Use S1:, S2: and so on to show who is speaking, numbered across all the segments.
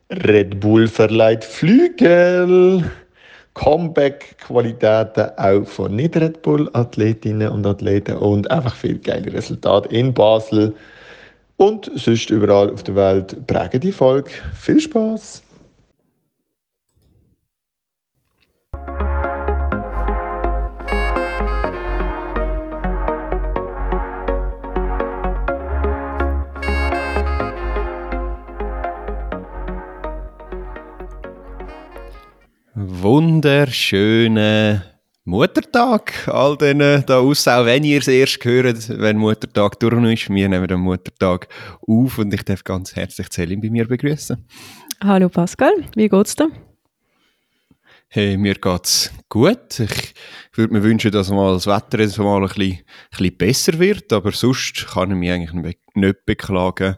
S1: Red Bull verleiht Flügel. Comeback-Qualitäten auch von Nicht-Red Bull-Athletinnen und Athleten und einfach viel geile Resultate in Basel und sonst überall auf der Welt prägen die Folge. Viel Spaß!
S2: Wunderschönen Muttertag all denen da aussen, auch wenn ihr es erst hört, wenn Muttertag durch ist. Wir nehmen den Muttertag auf und ich darf ganz herzlich Celine bei mir begrüßen.
S3: Hallo Pascal, wie geht's dir?
S2: Hey, mir geht's gut. Ich würde mir wünschen, dass mal das Wetter jetzt mal ein bisschen besser wird, aber sonst kann ich mich eigentlich nicht beklagen.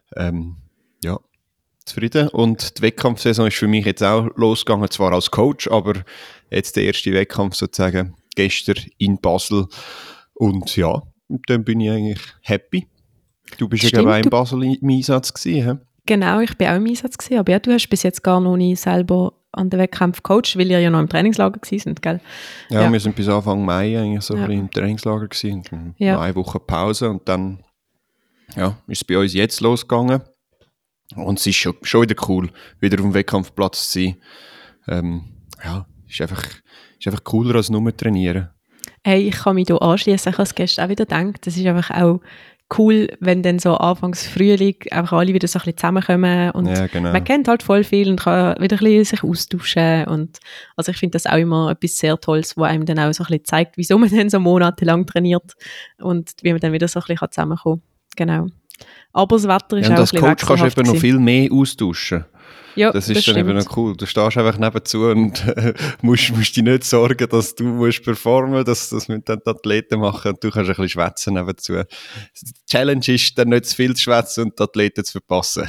S2: Ja, zufrieden. Und die Wettkampfsaison ist für mich jetzt auch losgegangen, zwar als Coach, aber jetzt der erste Wettkampf sozusagen gestern in Basel. Und ja, dann bin ich eigentlich happy. Du bist ja auch in Basel im Einsatz gewesen, he?
S3: Genau, ich bin auch im Einsatz gewesen, aber ja, du hast bis jetzt gar noch nicht selber an den Wettkampf gecoacht, weil ihr ja noch im Trainingslager gewesen sind, gell?
S2: Ja, wir sind bis Anfang Mai eigentlich so ein bisschen im Trainingslager gewesen, eine Woche Pause und dann ist es bei uns jetzt losgegangen. Und es ist schon wieder cool, wieder auf dem Wettkampfplatz zu sein. Ist einfach cooler als nur trainieren.
S3: Hey, ich kann mich hier anschließen. Ich habe es gestern auch wieder gedacht. Es ist einfach auch cool, wenn dann so anfangs Frühling einfach alle wieder so ein bisschen zusammenkommen und man kennt halt voll viel und kann wieder ein bisschen sich austauschen. Und also ich finde das auch immer etwas sehr Tolles, wo einem dann auch so ein bisschen zeigt, wieso man dann so monatelang trainiert und wie man dann wieder so ein bisschen zusammenkommen kann. Genau. Aber das Wetter ist auch ein bisschen wechselhaft.
S2: Als Coach kannst du eben noch viel mehr austauschen.
S3: Ja,
S2: das ist dann eben noch cool. Du stehst einfach nebenzu und musst dich nicht sorgen, dass du musst performen, dass das mit den Athleten machen und du kannst ein bisschen schwätzen nebenzu. Die Challenge ist dann nicht zu viel zu schwätzen und die Athleten zu verpassen.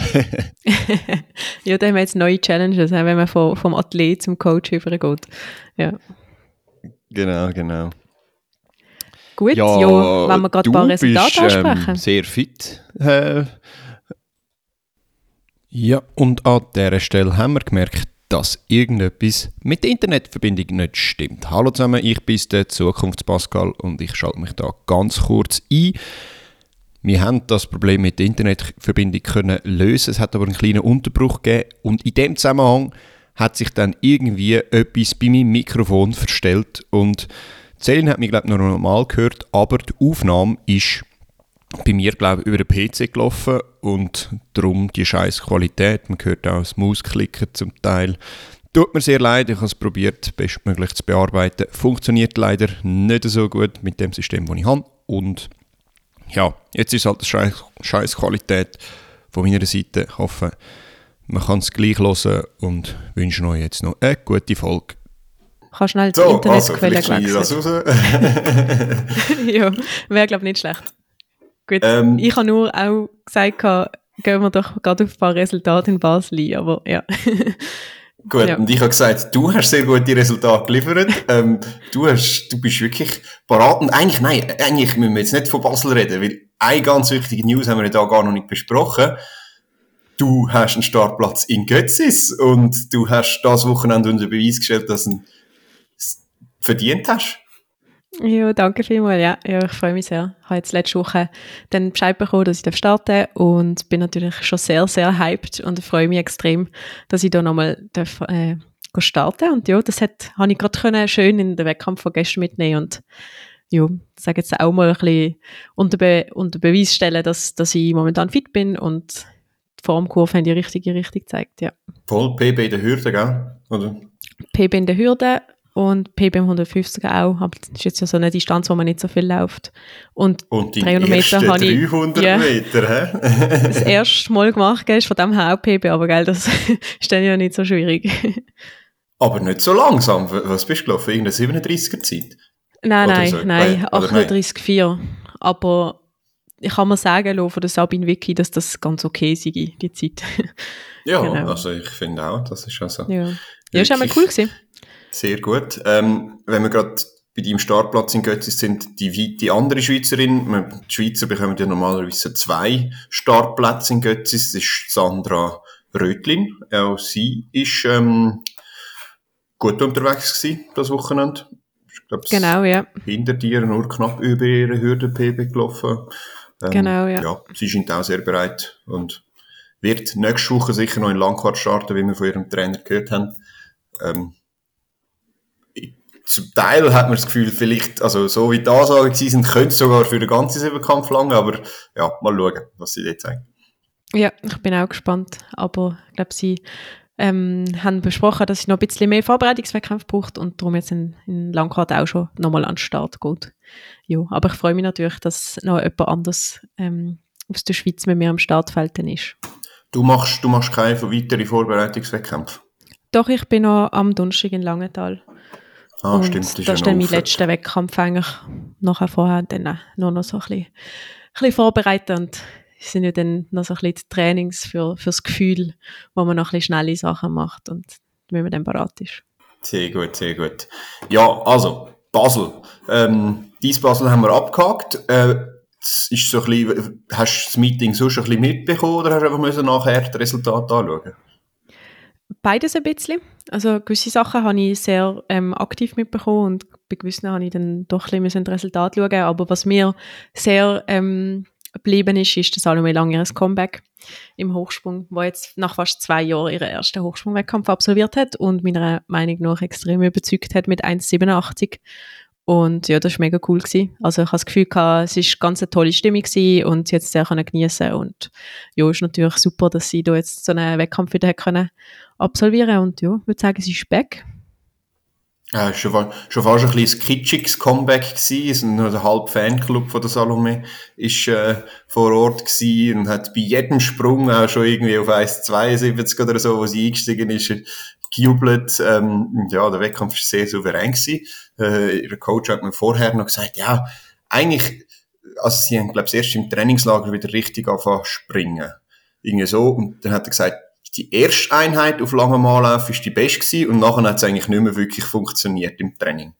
S3: Ja, da haben wir jetzt neue Challenges, wenn man vom Athlet zum Coach übergeht. Ja.
S2: Genau.
S3: Gut, ja, wenn wir gerade ein paar Resultate ansprechen.
S2: Du bist sehr fit.
S4: Ja, und an dieser Stelle haben wir gemerkt, dass irgendetwas mit der Internetverbindung nicht stimmt. Hallo zusammen, ich bin der Zukunftspascal und ich schalte mich da ganz kurz ein. Wir haben das Problem mit der Internetverbindung können lösen, es hat aber einen kleinen Unterbruch gegeben und in dem Zusammenhang hat sich dann irgendwie etwas bei meinem Mikrofon verstellt und Celine hat mich, glaube ich, noch normal gehört, aber die Aufnahme ist bei mir, glaube ich, über den PC gelaufen und darum die scheiß Qualität. Man hört auch das Mausklicken zum Teil. Tut mir sehr leid, ich habe es probiert, bestmöglich zu bearbeiten. Funktioniert leider nicht so gut mit dem System, das ich habe. Und ja, jetzt ist halt eine scheiß Qualität von meiner Seite. Ich hoffe, man kann es gleich hören und wünsche euch jetzt noch eine gute Folge.
S3: Kannst schnell die Internetquelle wechseln. Ja, wäre, glaube ich, nicht schlecht. Gut, ich habe nur auch gesagt, gehen wir doch gerade auf ein paar Resultate in Basel ein, aber ja.
S5: Gut, ja. Und ich habe gesagt, du hast sehr gute Resultate geliefert. Du bist wirklich parat. Und eigentlich müssen wir jetzt nicht von Basel reden, weil eine ganz wichtige News haben wir da gar noch nicht besprochen. Du hast einen Startplatz in Götzis und du hast das Wochenende unter Beweis gestellt, dass du es verdient hast.
S3: Ja, danke vielmals. Ja, ich freue mich sehr. Ich habe jetzt letzte Woche dann Bescheid bekommen, dass ich starten darf und bin natürlich schon sehr, sehr hyped und freue mich extrem, dass ich da nochmal starten darf. Und ja, habe ich gerade schön in den Wettkampf von gestern mitnehmen und ja, sage jetzt auch mal ein bisschen unter Beweis stellen, dass ich momentan fit bin und die Formkurve haben die richtige Richtung gezeigt, ja.
S5: Voll PB in der Hürde, gell? Oder?
S3: PB in der Hürde. Und PB 150 auch, aber das ist jetzt ja so eine Distanz, wo man nicht so viel läuft. Und
S5: die 300 Meter habe ich 300 Meter, hä?
S3: Das erste Mal gemacht, gell, ist von dem her auch PB, aber gell, das ist dann ja nicht so schwierig.
S5: Aber nicht so langsam. Was bist du gelaufen? Irgendeine 37er Zeit?
S3: Nein, 38,4. Aber ich kann mir sagen lassen von der Sabine Wicki, dass das ganz okay sei, die Zeit.
S5: Ja, genau. Also ich finde auch, das ist also...
S3: Ja, ist auch mal cool gewesen.
S5: Sehr gut. Wenn wir gerade bei deinem Startplatz in Götzis sind, die andere Schweizerin, die Schweizer bekommen ja normalerweise 2 Startplätze in Götzis, das ist Sandra Rötlin. Auch sie ist gut unterwegs gewesen, das Wochenende. Ich glaube,
S3: Genau, ja.
S5: hinter dir nur knapp über ihre Hürden-PB gelaufen.
S3: Genau, ja.
S5: Ja, sie scheint auch sehr bereit und wird nächste Woche sicher noch in Langquart starten, wie wir von ihrem Trainer gehört haben. Zum Teil hat man das Gefühl, vielleicht, also so wie die Ansagen gewesen sind, könnte es sogar für den ganzen Siebenkampf langen, aber ja, mal schauen, was sie dort sagen.
S3: Ja, ich bin auch gespannt, aber ich glaube, sie haben besprochen, dass sie noch ein bisschen mehr Vorbereitungswettkämpfe braucht und darum jetzt in Langquart auch schon nochmal an den Start geht. Ja, aber ich freue mich natürlich, dass noch jemand anderes aus der Schweiz mit mir am Startfeld dann ist.
S5: Du machst keine weitere Vorbereitungswettkämpfe?
S3: Doch, ich bin noch am Donnerstag in Langenthal.
S5: Ah,
S3: und
S5: stimmt.
S3: das ist dann mein letzter Wettkampf eigentlich. Nachher vorher dann nur noch so ein bisschen vorbereiten und es sind ja dann noch so ein bisschen die Trainings fürs Gefühl, wo man noch ein bisschen schnelle Sachen macht und wenn man dann bereit ist.
S5: Sehr gut, sehr gut. Ja, also, Basel. Dies Basel haben wir abgehakt. Ist so ein bisschen, hast du das Meeting sonst ein bisschen mitbekommen oder hast du einfach nachher das Resultat anschauen?
S3: Beides ein bisschen. Also gewisse Sachen habe ich sehr aktiv mitbekommen und bei gewissen habe ich dann doch ein bisschen das Resultat schauen. Aber was mir sehr geblieben ist der Salome Lang ihres Comeback im Hochsprung, wo jetzt nach fast 2 Jahren ihren ersten Hochsprungwettkampf absolviert hat und meiner Meinung nach extrem überzeugt hat mit 1,87. Und ja, das war mega cool gewesen. Also ich habe das Gefühl gehabt, es war ganz eine tolle Stimmung gewesen und sie hat es sehr geniessen und ja, ist natürlich super, dass sie da jetzt so einen Wettkampf wieder können absolvieren und ja, ich würde sagen, sie ist back.
S5: Ja, schon fast ein bisschen ein kitschiges Comeback gewesen. Nur der halbe Fanclub von der Salome ist vor Ort gewesen und hat bei jedem Sprung auch schon irgendwie auf 1,72 oder so, wo sie eingestiegen ist, gejubelt. Ja, der Wettkampf war sehr souverän gewesen. Ihr Coach hat mir vorher noch gesagt, ja, eigentlich, also sie haben, glaube ich, erst im Trainingslager wieder richtig angefangen zu springen. Irgendwie so. Und dann hat er gesagt, die erste Einheit auf langem Anlauf war die beste gewesen und nachher hat es eigentlich nicht mehr wirklich funktioniert im Training.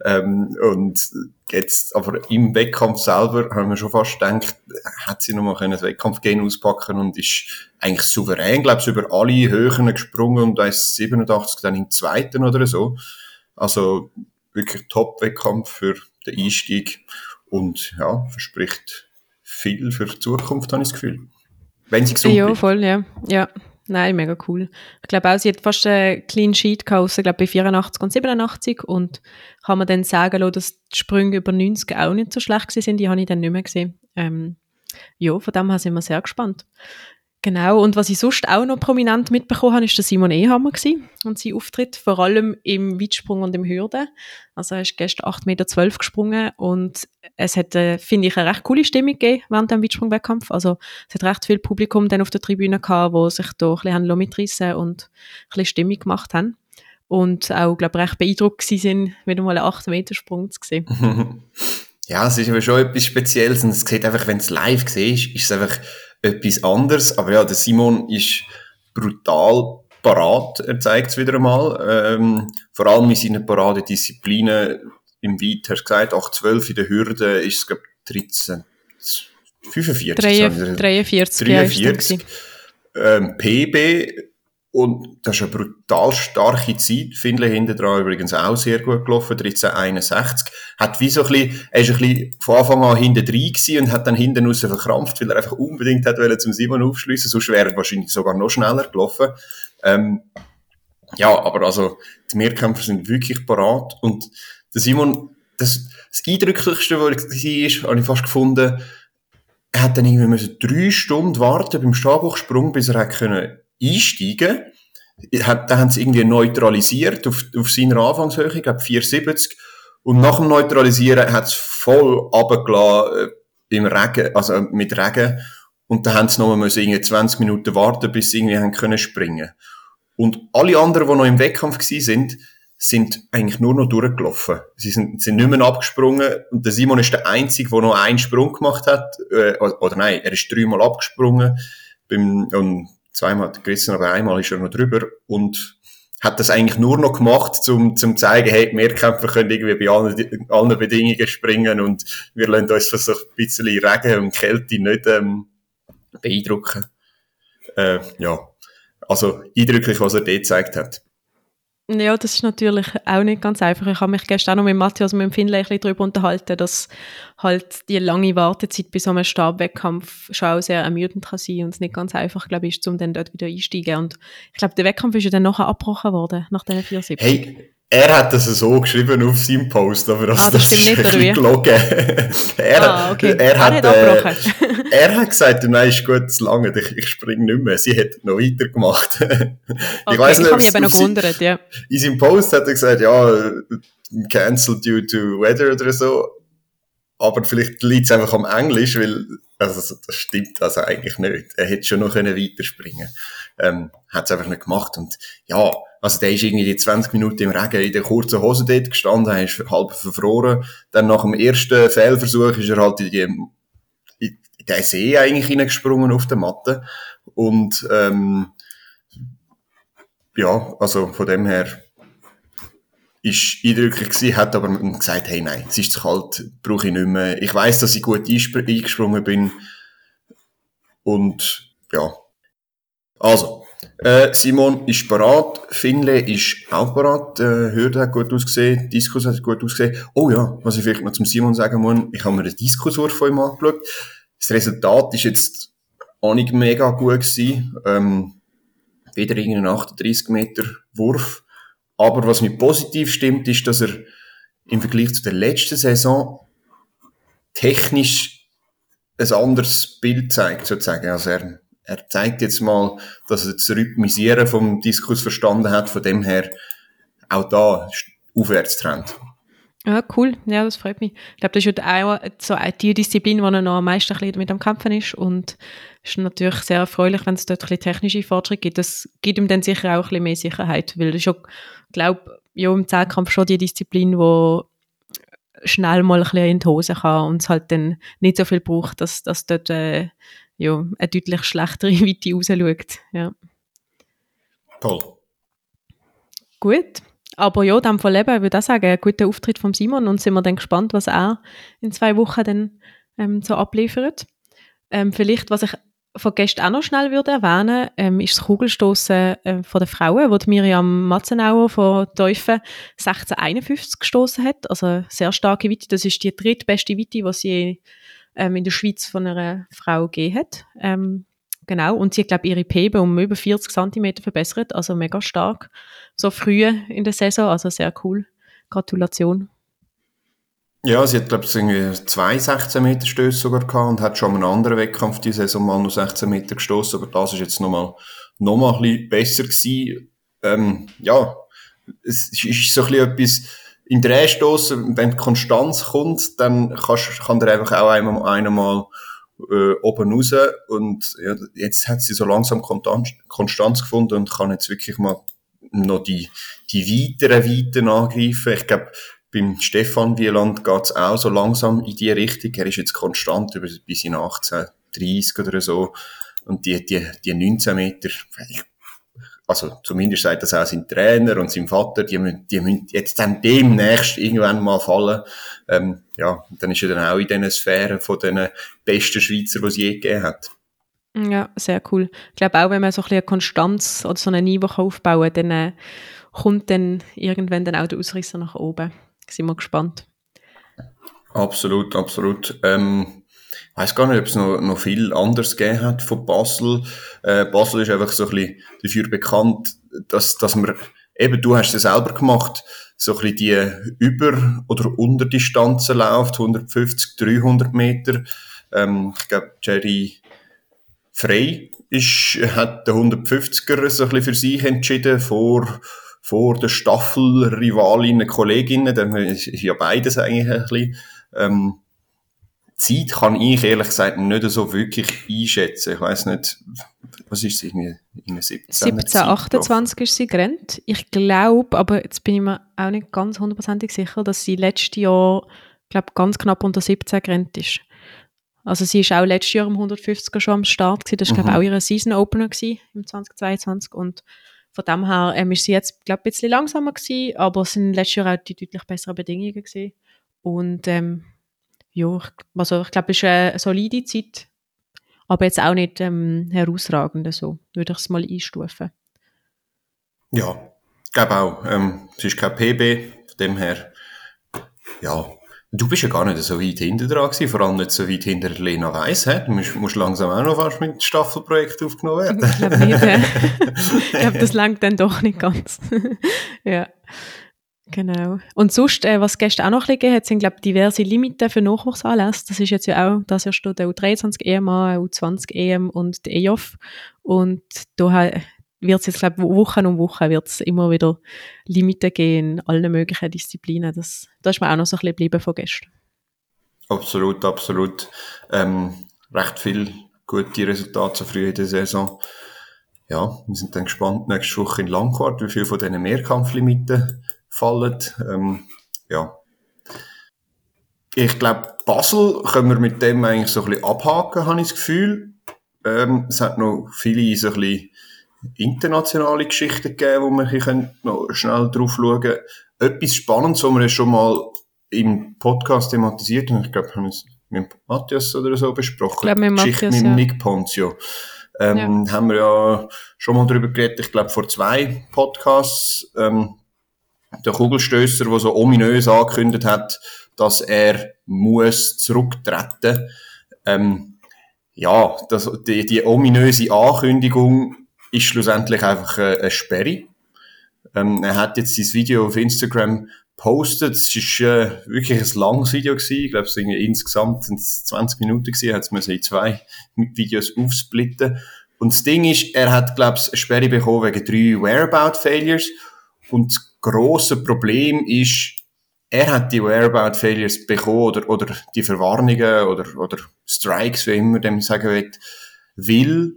S5: Und jetzt, aber im Wettkampf selber haben wir schon fast gedacht, hat sie nochmal das Wettkampfgehen auspacken und ist eigentlich souverän, glaube ich, über alle Höhen gesprungen und 1,87 dann im zweiten oder so. Also wirklich Top-Wettkampf für den Einstieg und ja, verspricht viel für die Zukunft, habe ich das Gefühl. Wenn sie gesund
S3: Ja,
S5: bleibt.
S3: voll, ja. Ja. Nein, mega cool. Ich glaube auch, sie hat fast einen Clean Sheet gehabt, glaube bei 84 und 87 und kann man dann sagen lassen, dass die Sprünge über 90 auch nicht so schlecht sind, die habe ich dann nicht mehr gesehen. Ja, von dem her sind wir sehr gespannt. Genau, und was ich sonst auch noch prominent mitbekommen habe, ist der Simon Ehammer gewesen und sein Auftritt, vor allem im Weitsprung und im Hürden. Also er ist gestern 8,12 Meter gesprungen und es hat, finde ich, eine recht coole Stimmung gegeben während dem Weitsprungwettkampf. Also es hat recht viel Publikum dann auf der Tribüne gehabt, wo sich da ein bisschen mitreissen und ein bisschen Stimmung gemacht haben. Und auch, glaube ich, recht beeindruckt sind, wieder mal einen 8-Meter-Sprung zu sehen.
S5: Ja, es ist aber schon etwas Spezielles und es sieht einfach, wenn es live siehst, ist es einfach etwas anderes. Aber ja, der Simon ist brutal parat, er zeigt es wieder einmal. Vor allem in seinen Paradedisziplinen im Weit, hast du gesagt, 8,12 in der Hürde ist es, glaube ich, 43. PB. Und das ist eine brutal starke Zeit. Findlay hinten dran übrigens auch sehr gut gelaufen, 13,61. Hat wie so ein bisschen, er ist ein bisschen von Anfang an hinten drin gewesen und hat dann hinten raus verkrampft, weil er einfach unbedingt hat wollen zum Simon aufschliessen, sonst wäre er wahrscheinlich sogar noch schneller gelaufen. Ja, aber also, die Mehrkämpfer sind wirklich parat und der Simon, das Eindrücklichste, was war, habe ich fast gefunden, er hat dann irgendwie 3 Stunden warten beim Stabhochsprung, bis er einsteigen. Dann haben sie irgendwie neutralisiert auf seiner Anfangshöhe, ich glaube 4,70. Und nach dem Neutralisieren hat es voll runtergelassen im Regen, also mit Regen. Und dann haben sie noch irgendwie 20 Minuten warten, bis sie irgendwie können springen. Und alle anderen, die noch im Wettkampf sind eigentlich nur noch durchgelaufen. Sie sind nicht mehr abgesprungen. Und der Simon ist der Einzige, der noch einen Sprung gemacht hat. Oder nein, er ist 3-mal abgesprungen. Und 2-mal hat er gerissen, aber einmal ist er noch drüber und hat das eigentlich nur noch gemacht, zum zeigen, hey, Mehrkämpfer können irgendwie bei allen Bedingungen springen und wir lassen uns für so ein bisschen Regen und Kälte nicht beeindrucken. Ja, Also eindrücklich, was er dort gezeigt hat.
S3: Ja, das ist natürlich auch nicht ganz einfach. Ich habe mich gestern auch noch mit Matthias und mit dem Finlay ein bisschen darüber unterhalten, dass halt die lange Wartezeit bei so einem Stabwettkampf schon auch sehr ermüdend kann sein und es nicht ganz einfach, glaube ich, ist, um dann dort wieder einsteigen. Und ich glaube, der Wettkampf ist ja dann nachher abgebrochen worden, nach diesen 74.
S5: Hey, er hat das so geschrieben auf seinem Post, aber das
S3: stimmt
S5: ist
S3: nicht,
S5: ein
S3: oder wie?
S5: Gelogen.
S3: Okay.
S5: Er hat
S3: abgebrochen.
S5: Er hat gesagt, nein, ist gut, zu lange, ich springe nicht mehr. Sie hat noch weitergemacht. Ich weiss nicht,
S3: ich habe mich eben noch gewundert, ja.
S5: In seinem Post hat er gesagt, ja, cancelled due to weather oder so. Aber vielleicht liegt es einfach am Englisch, weil, also, das stimmt also eigentlich nicht. Er hätte schon noch weiterspringen können. Hat es einfach nicht gemacht. Und, ja, also, der ist irgendwie die 20 Minuten im Regen in der kurzen Hose dort gestanden, er ist halb verfroren. Dann nach dem ersten Fehlversuch ist er halt in den See eigentlich hineingesprungen auf der Matte. Und, ja, also, von dem her, ist eindrücklich gewesen, hat aber gesagt, hey, nein, es ist zu kalt, brauche ich nicht mehr. Ich weiss, dass ich gut eingesprungen bin. Und, ja. Also, Simon ist parat, Finlay ist auch parat, Hürde hat gut ausgesehen, Diskus hat gut ausgesehen. Oh ja, was ich vielleicht noch zum Simon sagen muss, ich habe mir den Diskuswurf von ihm angeschaut. Das Resultat ist jetzt auch nicht mega gut gewesen. Wieder irgendein 38 Meter Wurf. Aber was mir positiv stimmt, ist, dass er im Vergleich zu der letzten Saison technisch ein anderes Bild zeigt, sozusagen. Also er zeigt jetzt mal, dass er das Rhythmisieren vom Diskus verstanden hat, von dem her auch da Aufwärtstrend.
S3: Ja, cool. Ja, das freut mich. Ich glaube, das ist auch so die Disziplin, die er noch am meisten ein bisschen mit am Kämpfen ist. Und es ist natürlich sehr erfreulich, wenn es dort ein bisschen technische Fortschritte gibt. Das gibt ihm dann sicher auch ein bisschen mehr Sicherheit, weil das ist ja, glaube ich, ja, im Zehnkampf schon die Disziplin, die schnell mal ein bisschen in die Hose kann und es halt dann nicht so viel braucht, dass dort ja, eine deutlich schlechtere Weite rausschaut. Ja.
S5: Toll.
S3: Gut. Aber ja, in dem Fall eben, ich würde auch sagen, ein guter Auftritt von Simon und sind wir dann gespannt, was er in 2 Wochen dann so abliefert. Vielleicht, was ich von gestern auch noch schnell würde erwähnen, ist das Kugelstossen von den Frauen, wo die Miriam Matzenauer von Teufen 1651 gestossen hat. Also eine sehr starke Weite. Das ist die drittbeste Weite, die sie in der Schweiz von einer Frau gegeben hat. Genau, und sie hat, glaube ich, ihre PB um über 40 cm verbessert, also mega stark. So früh in der Saison, also sehr cool. Gratulation.
S5: Ja, sie hat, glaube ich, irgendwie 2 16-Meter-Stöße sogar gehabt und hat schon einen anderen Wettkampf diese Saison mal noch 16 Meter gestossen, aber das ist jetzt noch mal ein bisschen besser gewesen. Ja, es ist so ein bisschen etwas in den Drehstossen, wenn die Konstanz kommt, dann kann der einfach auch einmal oben raus und ja, jetzt hat sie so langsam Konstanz gefunden und kann jetzt wirklich mal noch die weiteren Weiten angreifen. Ich glaube, beim Stefan Wieland geht's auch so langsam in die Richtung. Er ist jetzt konstant bis in 18:30 oder so. Und die 19 Meter, also zumindest sagt das auch sein Trainer und sein Vater, die müssen jetzt dann demnächst irgendwann mal fallen. Ja, dann ist er dann auch in diesen Sphären von den besten Schweizer, die es je gegeben hat.
S3: Ja, sehr cool. Ich glaube auch, wenn man so ein bisschen eine Konstanz oder so ein Niveau aufbauen kann, dann kommt dann irgendwann dann auch der Ausrisser nach oben. Sind wir gespannt.
S5: Absolut, absolut. Ich weiss gar nicht, ob es noch viel anderes gegeben hat von Basel. Basel ist einfach so ein bisschen dafür bekannt, dass man, eben, du hast es selber gemacht, so ein bisschen die Über- oder Unterdistanzen läuft, 150, 300 Meter. Ich glaube, Jerry Frey hat den 150er so ein bisschen für sich entschieden, vor den Staffelrivalinnen, Kolleginnen, dann ist ja beides eigentlich ein bisschen. Zeit kann ich ehrlich gesagt nicht so wirklich einschätzen. Ich weiss nicht, was ist es, irgendwie in
S3: 17:28 ist sie gerannt. Ich glaube, aber jetzt bin ich mir auch nicht ganz hundertprozentig sicher, dass sie letztes Jahr, glaube ganz knapp unter 17 gerannt ist. Also sie ist auch letztes Jahr im 150er schon am Start gewesen. Das war, glaube ich, auch ihre Season Opener gewesen, im 2022 und von dem her ist sie jetzt, glaube ich, ein bisschen langsamer gewesen, aber es sind letztes Jahr auch die deutlich besseren Bedingungen gewesen. Und ja, also ich glaube, es ist eine solide Zeit. aber jetzt auch nicht herausragend, so würde ich es mal einstufen.
S5: Ja, ich glaube auch. Es ist kein PB, von dem her, ja. Du bist ja gar nicht so weit hinter dran gewesen, vor allem nicht so weit hinter Lena Weiss. Du musst langsam auch noch fast mit dem Staffelprojekt aufgenommen werden.
S3: Ich glaube nicht. Ich glaube, das langt dann doch nicht ganz. Ja, genau. Und sonst, was gestern auch noch ein bisschen gegeben hat, sind, glaube ich, diverse Limiten für Nachwuchsanlässe. Das ist jetzt ja auch, das Jahr steht der U23-EM an, U20-EM und der EOF. Und da wird es jetzt, glaube ich, Woche um Woche wird es immer wieder Limiten geben in allen möglichen Disziplinen. Das ist mir auch noch so ein bisschen geblieben von gestern.
S5: Absolut, absolut. Recht viel gute Resultate so früh in der Saison. Ja, wir sind dann gespannt, nächste Woche in Langquart, wie viel von diesen Mehrkampflimiten fallen. Ja. Ich glaube, Basel können wir mit dem eigentlich so ein bisschen abhaken, habe ich das Gefühl. Es hat noch viele so ein bisschen internationale Geschichten gegeben, wo wir noch schnell drauf schauen können. Etwas Spannendes, was wir schon mal im Podcast thematisiert haben, ich glaube, haben wir es mit Matthias oder so besprochen.
S3: Ich glaube, mit Matthias,
S5: Geschichte mit Nick Ponzio. Haben wir ja schon mal darüber geredet, ich glaube, vor 2 Podcasts. Der Kugelstösser, der so ominös angekündigt hat, dass er muss zurücktreten. Ja, die ominöse Ankündigung ist schlussendlich einfach eine Sperre. Er hat jetzt dieses Video auf Instagram gepostet. Es ist wirklich ein langes Video gewesen. Ich glaube, es sind insgesamt 20 Minuten gewesen. Er hat es in 2 Videos aufsplitten. Und das Ding ist, er hat, glaube ich, eine Sperre bekommen wegen 3 Whereabout-Failures. Und das grosse Problem ist, er hat die Whereabout-Failures bekommen oder die Verwarnungen oder Strikes, wie immer dem sagen will, weil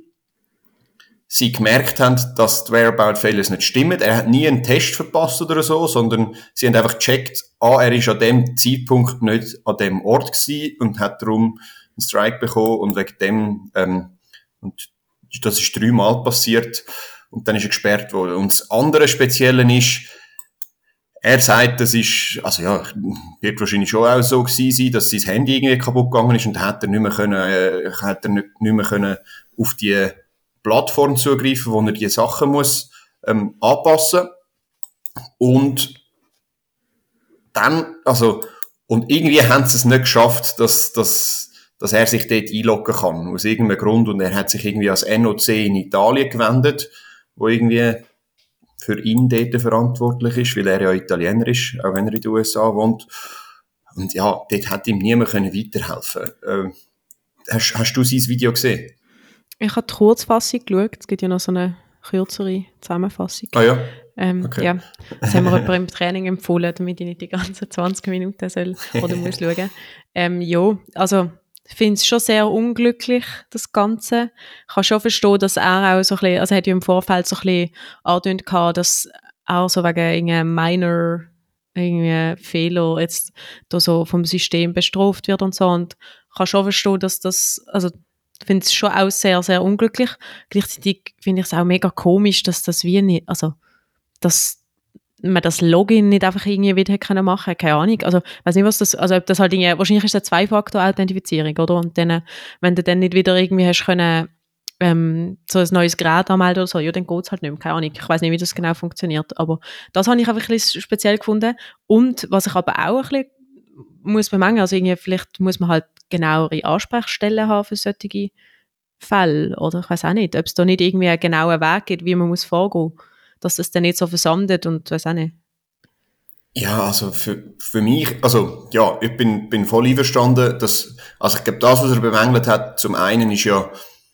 S5: sie gemerkt haben, dass die Whereabout-Failures nicht stimmen. Er hat nie einen Test verpasst oder so, sondern sie haben einfach gecheckt, er ist an dem Zeitpunkt nicht an dem Ort gewesen und hat darum einen Strike bekommen und wegen dem, und das ist 3-mal passiert und dann ist er gesperrt worden. Und das andere Spezielle ist, er sagt, das ist, also ja, wird wahrscheinlich schon auch so gewesen sein, dass sein Handy irgendwie kaputt gegangen ist und hat er nicht mehr können auf die Plattform zugreifen, wo er die Sachen muss anpassen. Und dann, also, und irgendwie haben sie es nicht geschafft, dass er sich dort einloggen kann, aus irgendeinem Grund. Und er hat sich irgendwie als NOC in Italien gewendet, wo irgendwie für ihn dort verantwortlich ist, weil er ja Italiener ist, auch wenn er in den USA wohnt. Und ja, dort hat ihm niemand weiterhelfen können. Hast du sein Video gesehen?
S3: Ich habe die Kurzfassung geschaut. Es gibt ja noch so eine kürzere Zusammenfassung.
S5: Ah ja? Okay.
S3: Ja, das haben wir jemandem im Training empfohlen, damit ich nicht die ganzen 20 Minuten soll oder muss schauen. Ja, also ich finde es schon sehr unglücklich, das Ganze. Ich kann schon verstehen, dass er auch so ein bisschen, also er hat ja im Vorfeld so ein bisschen angedeutet gehabt, dass auch so wegen irgendeinem minor irgendwie Fehler jetzt da so vom System bestraft wird und so. Und ich kann schon verstehen, dass das, also ich finde es schon auch sehr, sehr unglücklich. Gleichzeitig finde ich es auch mega komisch, dass das wie nicht, also dass man das Login nicht einfach irgendwie wieder hätte machen können, keine Ahnung. Also, ich weiss nicht, was das, also ob das halt irgendwie, wahrscheinlich ist das eine 2-Faktor-Authentifizierung, oder? Und dann, wenn du dann nicht wieder irgendwie hast können, so ein neues Gerät anmelden oder so, ja, dann geht es halt nicht mehr, keine Ahnung. Ich weiss nicht, wie das genau funktioniert, aber das habe ich einfach ein bisschen speziell gefunden. Und was ich aber auch ein bisschen muss bemängeln, also irgendwie, vielleicht muss man halt genauere Ansprechstellen haben für solche Fälle, oder ich weiss auch nicht, ob es da nicht irgendwie einen genauen Weg gibt, wie man muss vorgehen, dass es dann nicht so versandet und weiss auch nicht.
S5: Ja, also für mich, also ja, ich bin voll einverstanden, dass, also ich glaube, das, was er bemängelt hat, zum einen ist ja,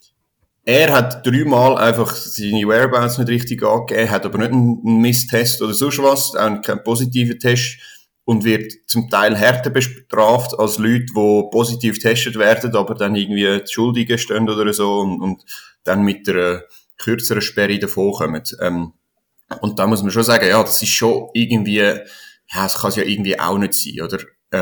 S5: er hat 3-mal einfach seine Whereabouts nicht richtig angegeben, hat aber nicht einen Misstest oder sonst was, auch keinen positiven Test und wird zum Teil härter bestraft als Leute, die positiv getestet werden, aber dann irgendwie die Schuldigen stehen oder so und dann mit einer kürzeren Sperre davonkommen. Und da muss man schon sagen, ja, das ist schon irgendwie, ja, das kann es ja irgendwie auch nicht sein, oder?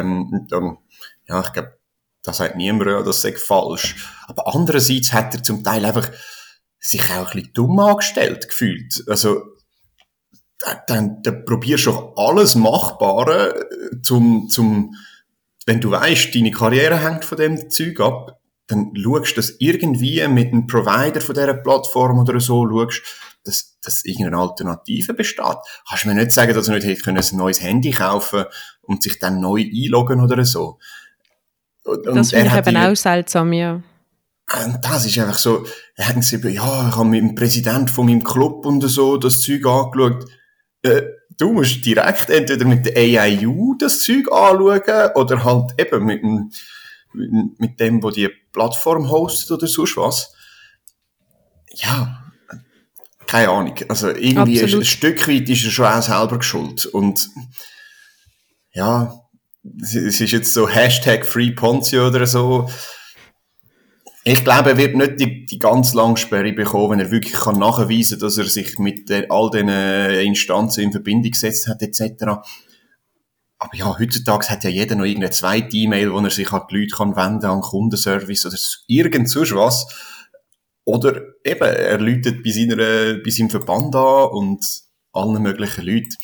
S5: Ja, ich glaube, da sagt niemand, ja, das sei falsch. Aber andererseits hat er zum Teil einfach sich auch ein bisschen dumm angestellt gefühlt. Also, dann probierst du doch alles Machbare, wenn du weißt, deine Karriere hängt von dem Zeug ab, dann schaust, dass irgendwie mit einem Provider von dieser Plattform oder so schaust, dass irgendeine Alternative besteht. Kannst du mir nicht sagen, dass er nicht hätte ein neues Handy kaufen und sich dann neu einloggen oder so. Und
S3: das finde ich eben auch seltsam, ja.
S5: Und das ist einfach so, ich habe mit dem Präsidenten von meinem Club und so das Zeug angeschaut. Du musst direkt entweder mit der AIU das Zeug anschauen oder halt eben mit dem, wo die Plattform hostet oder sonst was. Ja, keine Ahnung. Also irgendwie ist ein Stück weit ist er schon auch selber geschuld. Und ja, es ist jetzt so #FreePonzio oder so. Ich glaube, er wird nicht die ganz lange Sperre bekommen, wenn er wirklich kann nachweisen kann, dass er sich mit all diesen Instanzen in Verbindung gesetzt hat, etc. Aber ja, heutzutage hat ja jeder noch irgendeine zweite E-Mail, wo er sich an die Leute kann wenden, an Kundenservice oder irgend sonst was. Oder eben, er läutet bei seinem Verband an und allen möglichen Leuten.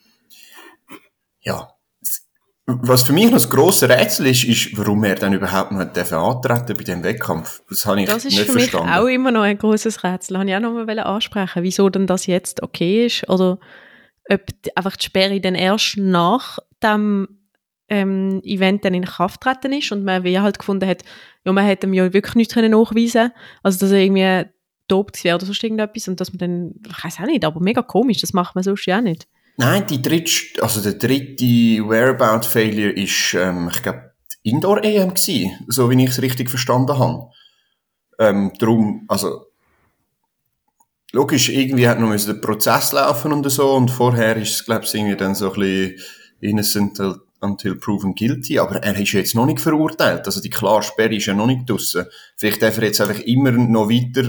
S5: Ja. Was für mich noch das grosse Rätsel ist, warum er dann überhaupt noch antreten bei diesem Wettkampf. Das habe ich nicht verstanden. Das ist für mich
S3: auch immer noch ein grosses Rätsel. Das wollte ich auch noch mal ansprechen. Wieso denn das jetzt okay ist? Oder ob einfach die Sperre dann erst nach dem Event dann in Kraft getreten ist und man wie halt gefunden hat, ja, man hätte ihm ja wirklich nichts nachweisen können. Also, dass er irgendwie dopt wäre oder sonst irgendetwas und dass man dann, ich weiss auch nicht, aber mega komisch, das macht man sonst ja auch nicht.
S5: Nein, der dritte Whereabout-Failure ist, ich glaube, die Indoor-EM gewesen, so wie ich es richtig verstanden habe. Darum, also, logisch, irgendwie hat noch der Prozess laufen und so, und vorher ist es, glaube ich, irgendwie dann so ein bisschen innocent until proven guilty, aber er ist jetzt noch nicht verurteilt, also die klare Sperre ist ja noch nicht draussen. Vielleicht darf er jetzt einfach immer noch weiter,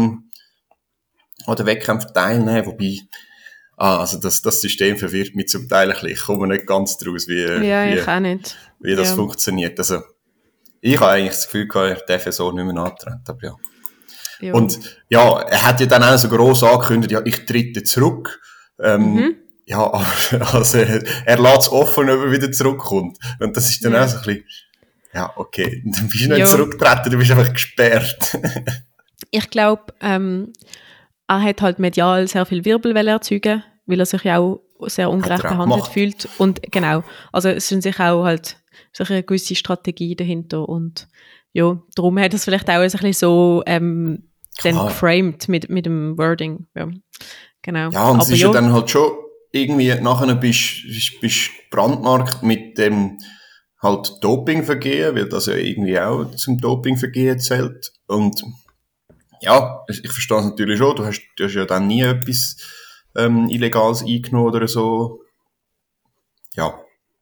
S5: an den Wettkämpfen teilnehmen, wobei, also das System verwirrt mich zum Teil ein bisschen. Ich komme nicht ganz draus, wie das funktioniert. Also, ich habe eigentlich das Gefühl gehabt, er darf so nicht mehr antreten, aber ja. Ja. Und ja, er hat ja dann auch so gross angekündigt, ja, ich trete zurück. Ja, aber also er lässt es offen, ob er wieder zurückkommt. Und das ist dann auch so ein bisschen, ja, okay, dann bist du nicht zurückgetreten, du bist einfach gesperrt.
S3: Ich glaube, er hat halt medial sehr viel Wirbel erzeugen, weil er sich ja auch sehr ungerecht behandelt fühlt. Und genau, also es sind sich auch halt eine gewisse Strategie dahinter. Und ja, darum hat er es vielleicht auch ein bisschen so dann geframed mit dem Wording. Ja, genau.
S5: Ja, und aber es ist ja dann halt schon irgendwie, nachher bist brandmarkt mit dem halt Dopingvergehen, weil das ja irgendwie auch zum Dopingvergehen zählt. Und ja, ich verstehe es natürlich schon, du hast ja dann nie etwas Illegales eingenommen oder so. Ja.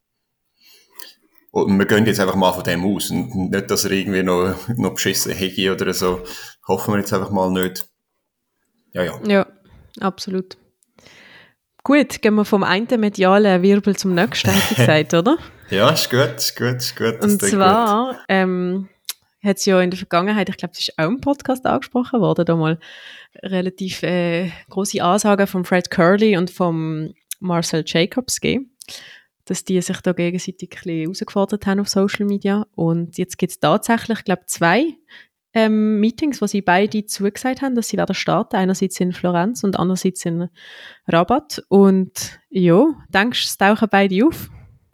S5: Und wir gehen jetzt einfach mal von dem aus. Und nicht, dass er irgendwie noch beschissen hätte oder so. Hoffen wir jetzt einfach mal nicht. Ja.
S3: Ja, absolut. Gut, gehen wir vom einen medialen Wirbel zum nächsten, hätte ich gesagt, oder?
S5: Ja, ist gut.
S3: Und zwar hat es ja in der Vergangenheit, ich glaube, es ist auch im Podcast angesprochen worden, da mal relativ grosse Ansagen von Fred Curley und von Marcel Jacobs gegeben, dass die sich da gegenseitig ein bisschen herausgefordert haben auf Social Media. Und jetzt gibt es tatsächlich, ich glaube, 2 Meetings, wo sie beide zugesagt haben, dass sie werden starten. Einerseits in Florenz und andererseits in Rabat. Und ja, denkst du, es tauchen beide auf?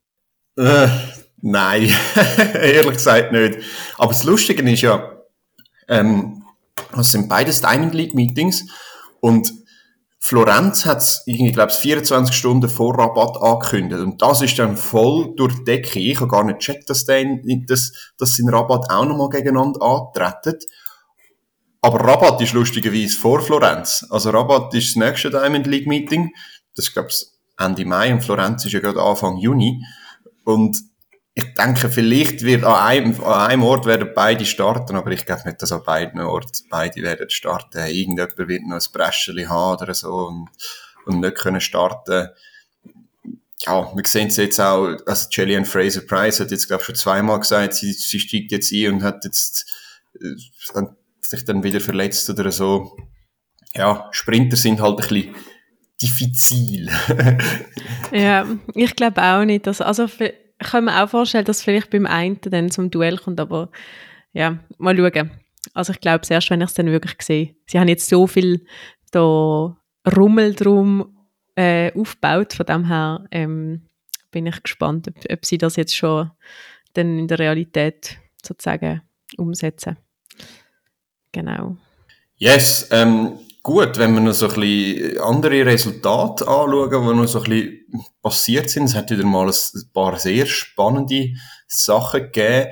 S5: Nein, ehrlich gesagt nicht. Aber das Lustige ist ja, es sind beides Diamond League Meetings und Florenz hat es, ich glaube, 24 Stunden vor Rabat angekündigt. Und das ist dann voll durch die Decke. Ich habe gar nicht gecheckt, dass sie in Rabat auch nochmal gegeneinander antreten. Aber Rabat ist lustigerweise vor Florenz. Also Rabat ist das nächste Diamond League Meeting. Das ist, glaube ich, Ende Mai und Florenz ist ja gerade Anfang Juni. Und ich denke, vielleicht wird an einem Ort werden beide starten, aber ich glaube nicht, dass an beiden Orten beide werden starten. Irgendjemand wird noch ein Bräscheli haben oder so und nicht können starten. Ja, wir sehen es jetzt auch, also Gillian Fraser-Price hat jetzt, glaube ich, schon 2-mal gesagt, sie steigt jetzt ein und hat jetzt sich dann wieder verletzt oder so. Ja, Sprinter sind halt ein bisschen diffizil.
S3: Ja, ich glaube auch nicht, dass, also ich kann mir auch vorstellen, dass vielleicht beim einen dann zum Duell kommt, aber ja, mal schauen. Also ich glaube, erst wenn ich es dann wirklich sehe. Sie haben jetzt so viel da Rummel drum aufgebaut, von dem her bin ich gespannt, ob sie das jetzt schon dann in der Realität sozusagen umsetzen. Genau.
S5: Yes, gut, wenn wir noch so ein bisschen andere Resultate anschauen, die noch so ein bisschen passiert sind, es hat wieder mal ein paar sehr spannende Sachen gegeben.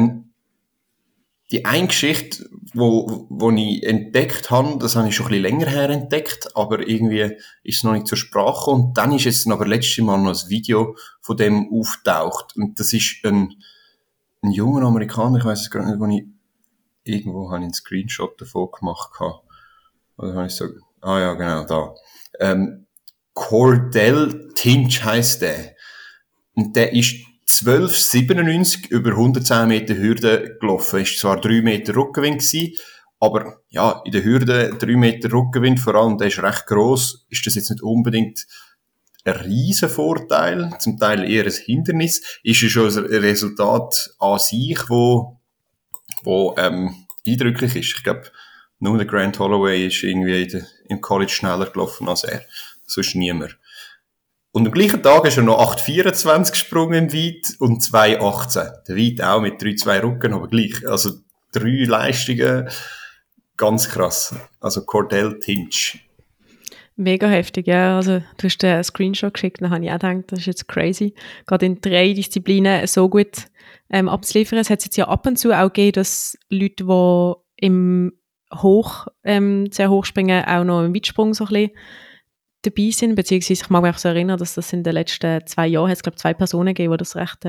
S5: Die eine Geschichte, wo ich entdeckt habe, das habe ich schon ein bisschen länger her entdeckt, aber irgendwie ist es noch nicht zur Sprache gekommen. Und dann ist jetzt aber letztes Mal noch ein Video von dem auftaucht. Und das ist ein junger Amerikaner, ich weiss es gerade nicht, wo ich irgendwo habe ich einen Screenshot davon gemacht habe. Oder habe ich so, ja, genau, da. Cordell Tinch heisst der. Und der ist 12,97 über 110 Meter Hürde gelaufen. Ist zwar 3 Meter Rückenwind gewesen, aber ja, in der Hürde 3 Meter Rückenwind, vor allem, der ist recht gross, ist das jetzt nicht unbedingt ein riesen Vorteil, zum Teil eher ein Hindernis, ist es schon ein Resultat an sich, wo eindrücklich ist. Ich glaube, nur der Grant Holloway ist irgendwie im College schneller gelaufen als er. Sonst niemand. Und am gleichen Tag ist er noch 8,24 gesprungen im Weit und 2,18. Der Weit auch mit 3,2 Rücken, aber gleich. Also 3 Leistungen, ganz krass. Also Cordell Tinch.
S3: Mega heftig, ja. Also du hast einen Screenshot geschickt, dann habe ich auch gedacht, das ist jetzt crazy. Gerade in 3 Disziplinen so gut abzuliefern. Es hat jetzt ja ab und zu auch gegeben, dass Leute, die im sehr hoch springen, auch noch im Weitsprung so ein bisschen dabei sind, beziehungsweise ich mag mich auch so erinnern, dass das in den letzten 2 Jahren, es glaube 2 Personen gegeben, die das recht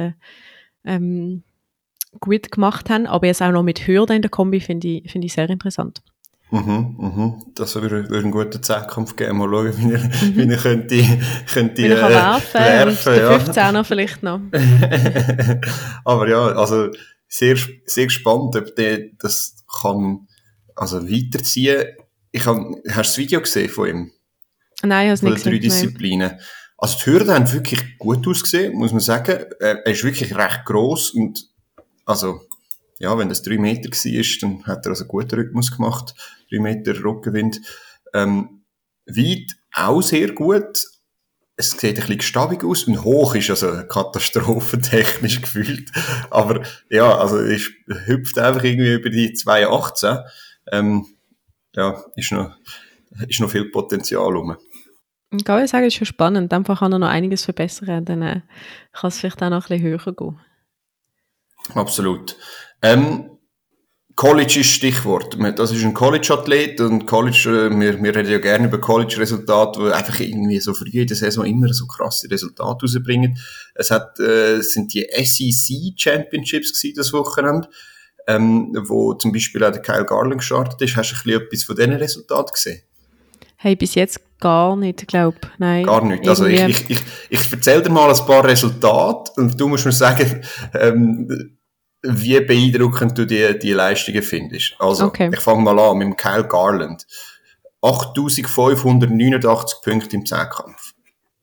S3: gut gemacht haben, aber jetzt auch noch mit Hürden in der Kombi finde ich sehr interessant.
S5: Das würde einen guten Zeitkampf geben. Mal schauen, wie er könnte
S3: werfen und der 15er vielleicht noch.
S5: Aber ja, also sehr, sehr gespannt, ob der das kann weiterziehen. Hast du das Video gesehen von ihm?
S3: Nein, ich habe es nicht gesehen.
S5: Von den 3 Disziplinen. Also die Hürden haben wirklich gut ausgesehen, muss man sagen. Er ist wirklich recht gross und also ja, wenn das 3 Meter war, dann hat er also einen guten Rhythmus gemacht. 3 Meter Rückenwind. Weit auch sehr gut. Es sieht ein bisschen gestabig aus und hoch ist also katastrophentechnisch gefühlt. Aber ja, also er hüpft einfach irgendwie über die 2,18. Ja, ist noch viel Potenzial rum.
S3: Ich kann sagen, es ist schon spannend. Einfach kann er noch einiges verbessern. Dann kann es vielleicht auch noch ein bisschen höher gehen.
S5: Absolut. College ist Stichwort. Das ist ein College-Athlet und College, wir reden ja gerne über College-Resultate, die einfach irgendwie so früh in der Saison immer so krasse Resultate rausbringen. Es sind die SEC Championships gewesen, das Wochenende, wo zum Beispiel auch der Kyle Garland gestartet ist. Hast du ein bisschen etwas von diesen Resultaten gesehen?
S3: Hey, bis jetzt gar nicht, glaube ich. Nein.
S5: Gar nicht. Also ich erzähle dir mal ein paar Resultate und du musst mir sagen, wie beeindruckend du die Leistungen findest. Also, okay. Ich fange mal an mit dem Kyle Garland. 8.589 Punkte im Zehnkampf.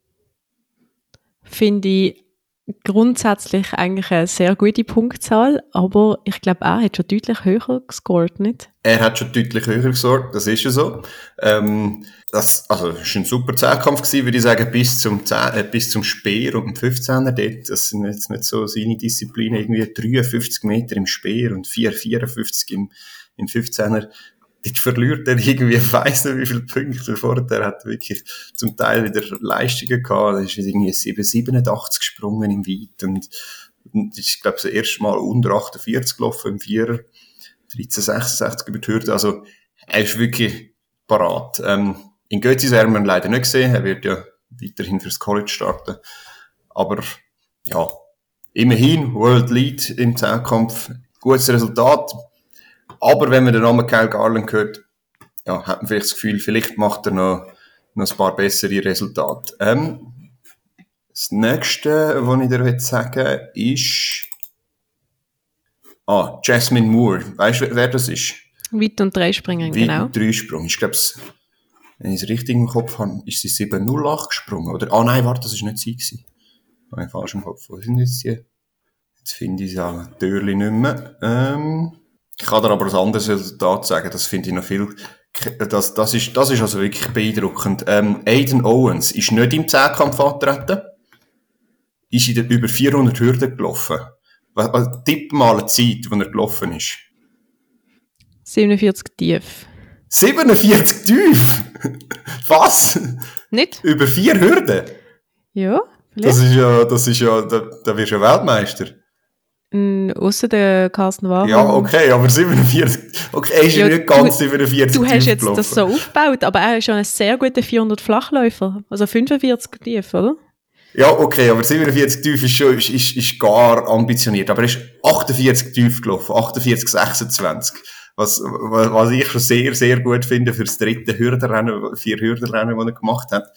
S3: Finde ich grundsätzlich eigentlich eine sehr gute Punktzahl, aber ich glaube, er hat schon deutlich höher gescored, nicht?
S5: Er hat schon deutlich höher gescored, das ist ja so. Das war ein super Zehnkampf gewesen, würde ich sagen, bis zum Speer und dem 15er dort. Das sind jetzt nicht so seine Disziplinen, irgendwie 53 Meter im Speer und 4,54 im 15er. Dort verliert er irgendwie, ich weiss nicht wie viele Punkte. Vorher hat er wirklich zum Teil wieder Leistungen gehabt. Er ist irgendwie 7,87 gesprungen im Weit und ist, glaube ich, das erste Mal unter 48 gelaufen im Vierer. 13,66 über die Hürde. Also, er ist wirklich parat. In Götzis haben wir ihn leider nicht gesehen. Er wird ja weiterhin fürs College starten. Aber, ja, immerhin World Lead im Zehnkampf. Gutes Resultat. Aber wenn man den Namen Kyle Garland hört, ja, hat man vielleicht das Gefühl, vielleicht macht er noch ein paar bessere Resultate. Das nächste, was ich dir sagen will, ist Jasmine Moore. Weißt du, wer das ist?
S3: Weit- und Dreispringen, genau.
S5: Weit- und Dreisprung. Ich glaube, wenn ich es richtig im Kopf habe, ist sie 7,08 gesprungen. Oder, nein, warte, das war nicht sie gewesen. Habe ich falsch im Kopf. Wo sind jetzt die? Jetzt finde ich sie alle Türchen nicht mehr. Ich kann dir aber ein anderes Resultat sagen, das finde ich noch viel, das ist also wirklich beeindruckend. Aiden Owens ist nicht im Zehnkampf angetreten, ist in den über 400 Hürden gelaufen. Tipp mal eine Zeit, die er gelaufen ist.
S3: 47 tief.
S5: 47 tief? Was?
S3: Nicht?
S5: Über 4 Hürden?
S3: Ja, vielleicht.
S5: Das ist ja, da wirst du ja Weltmeister.
S3: Ausser der Carsten Warholm.
S5: Ja, okay, aber 47, okay, er ist ja nicht ganz 47
S3: Du hast jetzt
S5: gelaufen.
S3: das so aufgebaut, aber er ist schon ein sehr guter 400 Flachläufer. Also 45 tief, oder?
S5: Ja, okay, aber 47 tief ist gar ambitioniert. Aber er ist 48 tief gelaufen, 48, 26. Was ich schon sehr, sehr gut finde für das 3. Hürdenrennen, 4 Hürdenrennen, die er gemacht hat.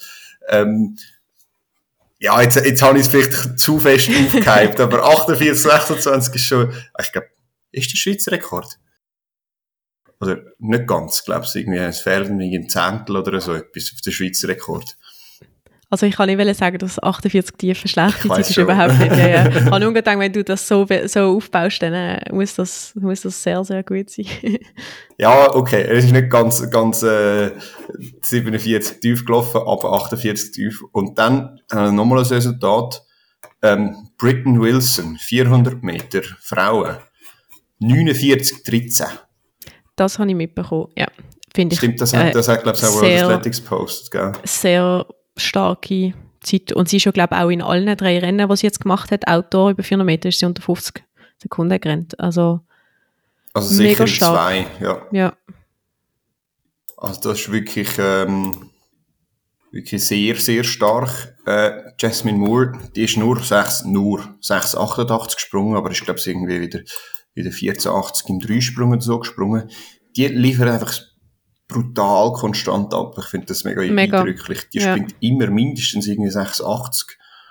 S5: Ja, jetzt habe ich es vielleicht zu fest aufgehypt, aber 48, 26 ist schon, ich glaube, ist der Schweizer Rekord? Oder nicht ganz, glaube ich, irgendwie, es fehlt irgendwie ein Zehntel oder so etwas auf den Schweizer Rekord.
S3: Also ich kann nicht sagen, dass 48 tief eine schlechte Zeit ist,
S5: schon.
S3: überhaupt nicht. Ja. Ich habe nur gedacht, wenn du das so aufbaust, dann muss das sehr, sehr gut sein.
S5: Ja, okay, er ist nicht ganz 47 tief gelaufen, aber 48 tief. Und dann nochmal ein Resultat. Britton Wilson, 400 Meter, Frauen, 49,13.
S3: Das habe ich mitbekommen, ja. Finde ich.
S5: Stimmt, das hat glaube ich, auch World Athletics gepostet, gell?
S3: Sehr starke Zeit. Und sie ist ja, glaube ich, auch in allen 3 Rennen, die sie jetzt gemacht hat, Outdoor über 400 Meter, ist sie unter 50 Sekunden gerannt. Also
S5: sicher
S3: mega
S5: in
S3: stark.
S5: 2,
S3: ja.
S5: Also das ist wirklich sehr, sehr stark. Jasmine Moore, die ist nur 6,88 gesprungen, aber ist, glaube ich, irgendwie wieder 14,80 im Dreisprung und so gesprungen. Die liefert einfach brutal konstant ab. Ich finde das mega eindrücklich. Die springt immer mindestens irgendwie 6,80.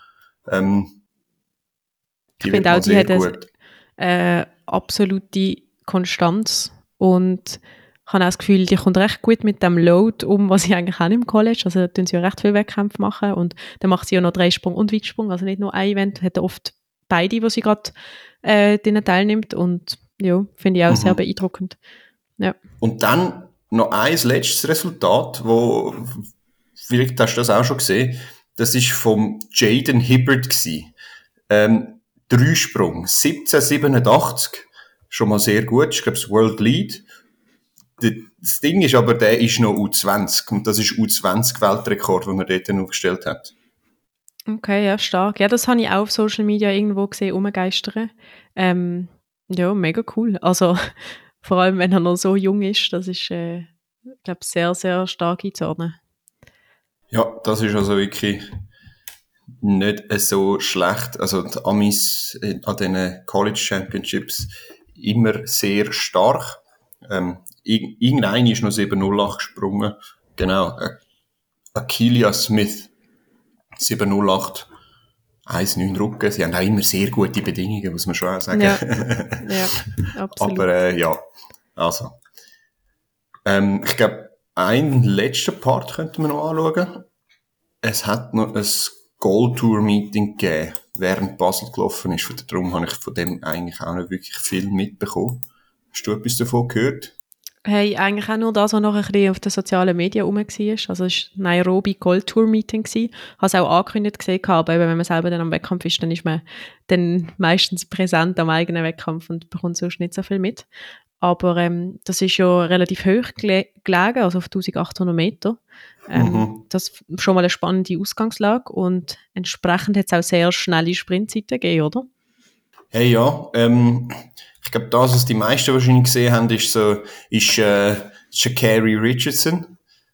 S3: Ich finde auch, die hat eine absolute Konstanz und ich habe auch das Gefühl, die kommt recht gut mit dem Load was sie eigentlich auch im College. Also da tun sie ja recht viele Wettkämpfe machen und dann macht sie ja noch Dreisprung und Weitsprung, also nicht nur ein Event, hat oft beide, wo sie gerade denen teilnimmt und ja, finde ich auch sehr beeindruckend. Ja.
S5: Und dann noch ein letztes Resultat, wo, vielleicht hast du das auch schon gesehen, das ist vom Jaden Hibbert gsi. Dreisprung, 17,87, schon mal sehr gut, ich glaube das World Lead. Das Ding ist aber, der ist noch U20 und das ist U20-Weltrekord, den er dort aufgestellt hat.
S3: Okay, ja, stark. Ja, das habe ich auch auf Social Media irgendwo gesehen, rumgeistern. Ja, mega cool. Also vor allem, wenn er noch so jung ist, das ist, glaube ich, sehr, sehr stark einzuordnen.
S5: Ja, das ist also wirklich nicht so schlecht. Also die Amis an diesen College Championships immer sehr stark. Irgendein ist noch 7,08 gesprungen. Genau. Akeelia Smith. 7,08. 1,9 Rücken. Sie haben auch immer sehr gute Bedingungen, muss man schon auch sagen.
S3: Ja, absolut.
S5: Aber ja, also. Ich glaube, einen letzten Part könnten wir noch anschauen. Es hat noch ein Gold-Tour-Meeting gegeben, während Basel gelaufen ist. Darum habe ich von dem eigentlich auch nicht wirklich viel mitbekommen. Hast du etwas davon gehört?
S3: Hey, eigentlich auch nur das, was noch ein bisschen auf den sozialen Medien rum war. Also es war Nairobi Gold Tour Meeting. Ich habe es auch angekündigt gesehen, aber wenn man selber dann am Wettkampf ist, dann ist man dann meistens präsent am eigenen Wettkampf und bekommt sonst nicht so viel mit. Aber das ist ja relativ hoch gelegen, also auf 1800 Meter. Das ist schon mal eine spannende Ausgangslage und entsprechend hat es auch sehr schnelle Sprintzeiten gegeben, oder?
S5: Hey, ja. Ich glaube, das, was die meisten wahrscheinlich gesehen haben, ist Sha'Carri Richardson.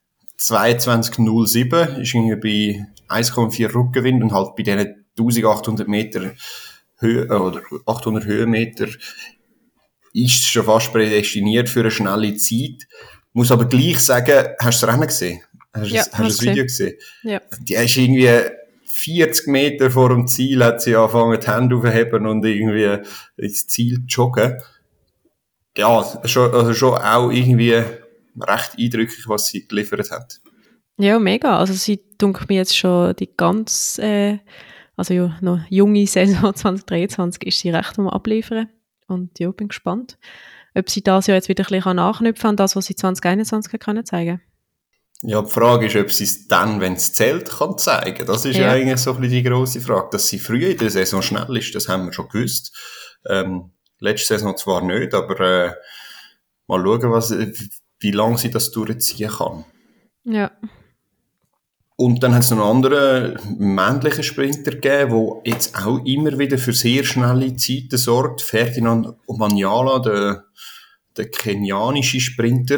S5: 22,07 ist irgendwie bei 1,4 Rückenwind und halt bei diesen 1800 Meter Höhe, oder 800 Höhenmeter ist schon fast prädestiniert für eine schnelle Zeit. Muss aber gleich sagen, hast du das Rennen gesehen? Hast du das Video gesehen?
S3: Ja.
S5: Die ist irgendwie 40 Meter vor dem Ziel hat sie angefangen, die Hände aufzuheben und irgendwie ins Ziel zu joggen. Ja, schon auch irgendwie recht eindrücklich, was sie geliefert hat.
S3: Ja, mega. Also sie denkt mir jetzt schon die ganz, also ja, noch junge Saison 2023 ist sie recht am Abliefern. Und ja, bin gespannt. ob sie das Jahr jetzt wieder ein bisschen anknüpfen an das, was sie 2021 können zeigen.
S5: Ja, die Frage ist, ob sie es dann, wenn es zählt, kann zeigen. Das ist ja eigentlich so ein bisschen die grosse Frage. Dass sie früh in der Saison schnell ist, das haben wir schon gewusst. Letzte Saison zwar nicht, aber mal schauen, wie lange sie das durchziehen kann.
S3: Ja.
S5: Und dann hat es noch einen anderen männlichen Sprinter gegeben, der jetzt auch immer wieder für sehr schnelle Zeiten sorgt. Ferdinand Omanyala, der kenianische Sprinter,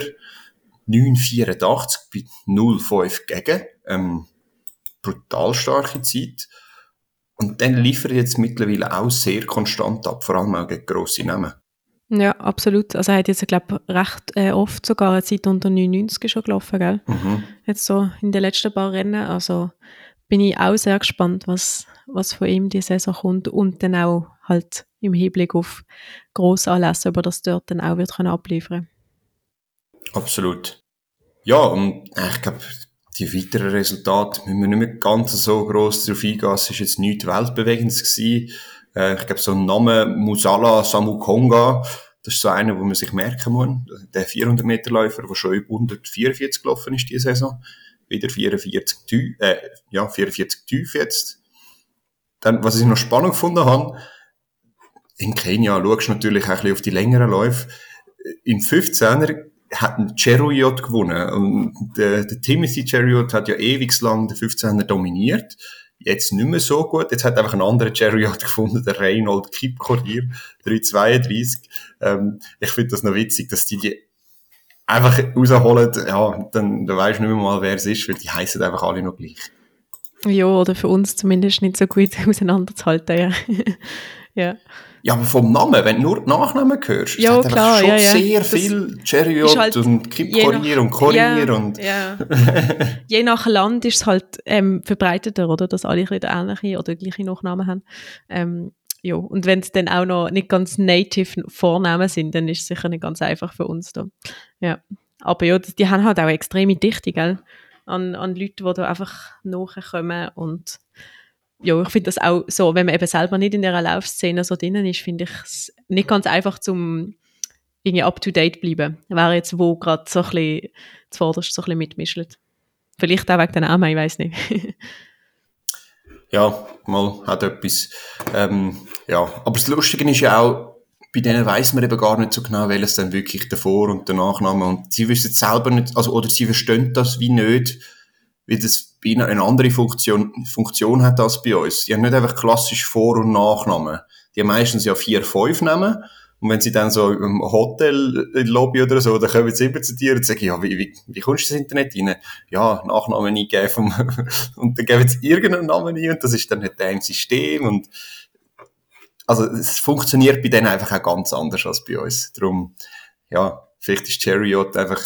S5: 9,84 bei 0,5 gegen. Brutal starke Zeit. Und dann liefert er jetzt mittlerweile auch sehr konstant ab, vor allem auch gegen grosse Namen.
S3: Ja, absolut. Also er hat jetzt, glaube ich, recht oft sogar eine Zeit unter 99 schon gelaufen, gell?
S5: Mhm.
S3: Jetzt so in den letzten paar Rennen. Also bin ich auch sehr gespannt, was von ihm die Saison kommt und dann auch halt im Hinblick auf Grossanlässe, ob er das dort dann auch wird abliefern.
S5: Absolut. Ja, und ich glaube, die weiteren Resultate müssen wir nicht mehr ganz so gross darauf eingehen. Es war jetzt nichts Weltbewegendes gewesen. Ich glaube, so ein Name, Musala Samukonga, das ist so einer, wo man sich merken muss. Der 400-Meter-Läufer, der schon über 144 gelaufen ist diese Saison. Wieder 44 tief jetzt. Dann, was ich noch spannend gefunden habe, in Kenia schaust du natürlich auch ein bisschen auf die längeren Läufe. Im 15er hat ein Cheruiyot gewonnen. Und der Timothy Cheruiyot hat ja ewig lang den 15er dominiert. Jetzt nicht mehr so gut. Jetzt hat einfach ein anderer Cheruiyot gefunden, der Reinhold Kipkorir, 3,32. Ich finde das noch witzig, dass die einfach rausholen. Ja, dann weisst du nicht mehr mal, wer es ist, weil die heissen einfach alle noch gleich.
S3: Ja, oder für uns zumindest nicht so gut auseinanderzuhalten, ja. Ja.
S5: Ja, aber vom Namen, wenn du nur die Nachnamen hörst,
S3: ja,
S5: es hat
S3: klar,
S5: einfach schon
S3: ja.
S5: sehr viel Cheruiyot
S3: halt
S5: und Kipkorir und Korir und...
S3: Ja. Je nach Land ist es halt verbreiteter, oder? Dass alle den ähnlichen oder gleichen Nachnamen haben. Ja, und wenn es dann auch noch nicht ganz native Vornamen sind, dann ist es sicher nicht ganz einfach für uns da. Ja. Aber ja, die haben halt auch extreme Dichte, gell? An Leuten, die da einfach nachkommen und ja, ich finde das auch so, wenn man eben selber nicht in dieser Laufszene so drinnen ist, finde ich es nicht ganz einfach, zum irgendwie up-to-date bleiben. Wer jetzt wo gerade so ein bisschen zuvorderst so ein bisschen mitmischt. Vielleicht auch wegen den Namen, ich weiss nicht.
S5: Ja, mal hat etwas. Ja, aber das Lustige ist ja auch, bei denen weiss man eben gar nicht so genau, welches dann wirklich der Vor- und der Nachname. Und sie wissen es selber nicht, also, oder sie verstehen das wie nicht, wie das bei ihnen eine andere Funktion hat als bei uns. Die haben nicht einfach klassisch Vor- und Nachnamen. Die haben meistens ja 4, 5 Namen. Und wenn sie dann so im Hotel-Lobby oder so, dann kommen sie immer zu dir und sagen, ja, wie kommst du ins Internet rein? Ja, Nachnamen eingeben und dann geben sie irgendeinen Namen ein und das ist dann nicht der im System und also es funktioniert bei denen einfach auch ganz anders als bei uns. Darum, ja, vielleicht ist Cheruiyot einfach